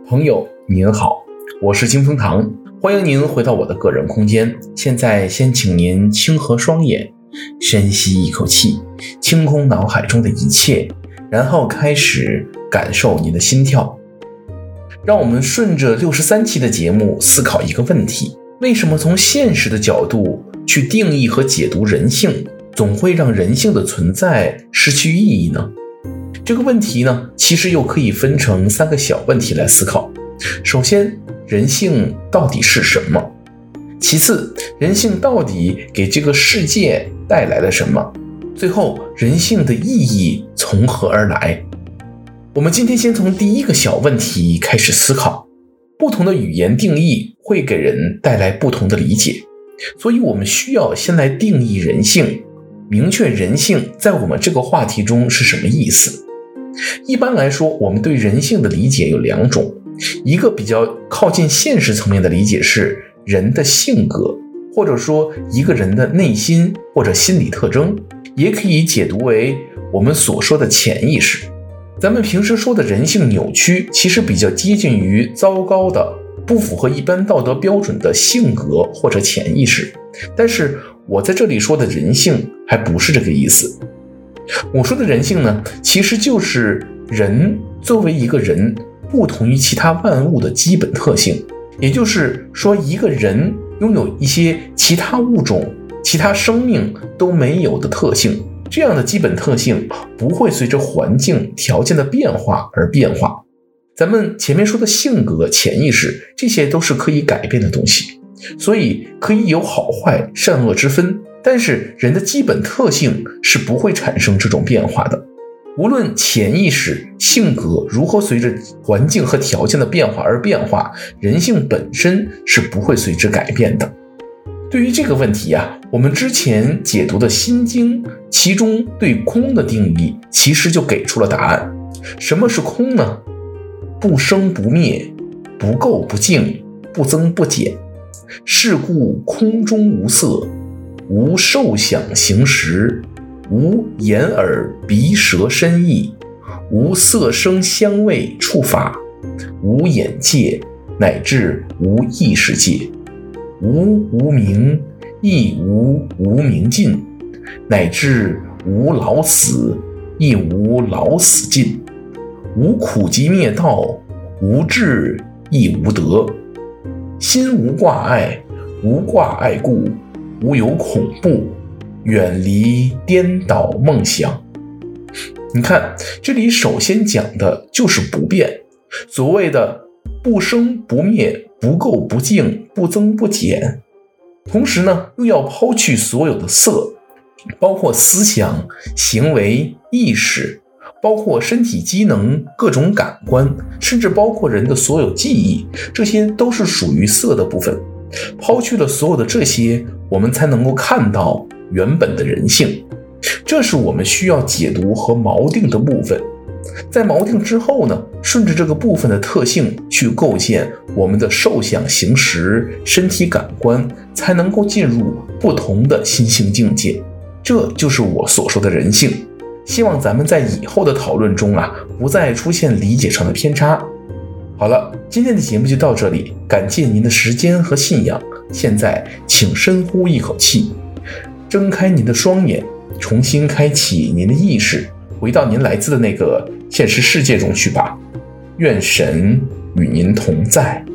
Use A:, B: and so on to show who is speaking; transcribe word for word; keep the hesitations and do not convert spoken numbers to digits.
A: 朋友您好，我是金风堂，欢迎您回到我的个人空间。现在先请您轻合双眼，深吸一口气，清空脑海中的一切，然后开始感受您的心跳。让我们顺着六十三期的节目思考一个问题：为什么从现实的角度去定义和解读人性，总会让人性的存在失去意义呢？这个问题呢，其实又可以分成三个小问题来思考。首先，人性到底是什么？其次，人性到底给这个世界带来了什么？最后，人性的意义从何而来？我们今天先从第一个小问题开始思考。不同的语言定义会给人带来不同的理解，所以我们需要先来定义人性，明确人性在我们这个话题中是什么意思。一般来说，我们对人性的理解有两种，一个比较靠近现实层面的理解是人的性格，或者说一个人的内心或者心理特征，也可以解读为我们所说的潜意识。咱们平时说的人性扭曲，其实比较接近于糟糕的、不符合一般道德标准的性格或者潜意识。但是我在这里说的人性还不是这个意思。我说的人性呢，其实就是人作为一个人不同于其他万物的基本特性，也就是说一个人拥有一些其他物种、其他生命都没有的特性，这样的基本特性不会随着环境条件的变化而变化。咱们前面说的性格、潜意识，这些都是可以改变的东西，所以可以有好坏、善恶之分，但是人的基本特性是不会产生这种变化的。无论潜意识、性格如何随着环境和条件的变化而变化，人性本身是不会随之改变的。对于这个问题啊，我们之前解读的《心经》其中对空的定义其实就给出了答案。什么是空呢？不生不灭，不垢不净，不增不减，是故空中无色，无受想行识，无眼耳鼻舌身意，无色声香味触法，无眼界，乃至无意识界，无无明，亦无无明尽，乃至无老死，亦无老死尽，无苦集灭道，无智亦无得，心无挂碍，无挂碍故，无有恐怖，远离颠倒梦想。你看，这里首先讲的就是不变，所谓的不生不灭，不垢不净，不增不减。同时呢，又要抛去所有的色，包括思想、行为、意识，包括身体机能、各种感官，甚至包括人的所有记忆，这些都是属于色的部分。抛去了所有的这些，我们才能够看到原本的人性。这是我们需要解读和锚定的部分。在锚定之后呢，顺着这个部分的特性去构建我们的受想行识、身体感官，才能够进入不同的心性境界。这就是我所说的人性。希望咱们在以后的讨论中啊，不再出现理解上的偏差。好了，今天的节目就到这里，感谢您的时间和信仰。现在请深呼一口气，睁开您的双眼，重新开启您的意识，回到您来自的那个现实世界中去吧。愿神与您同在。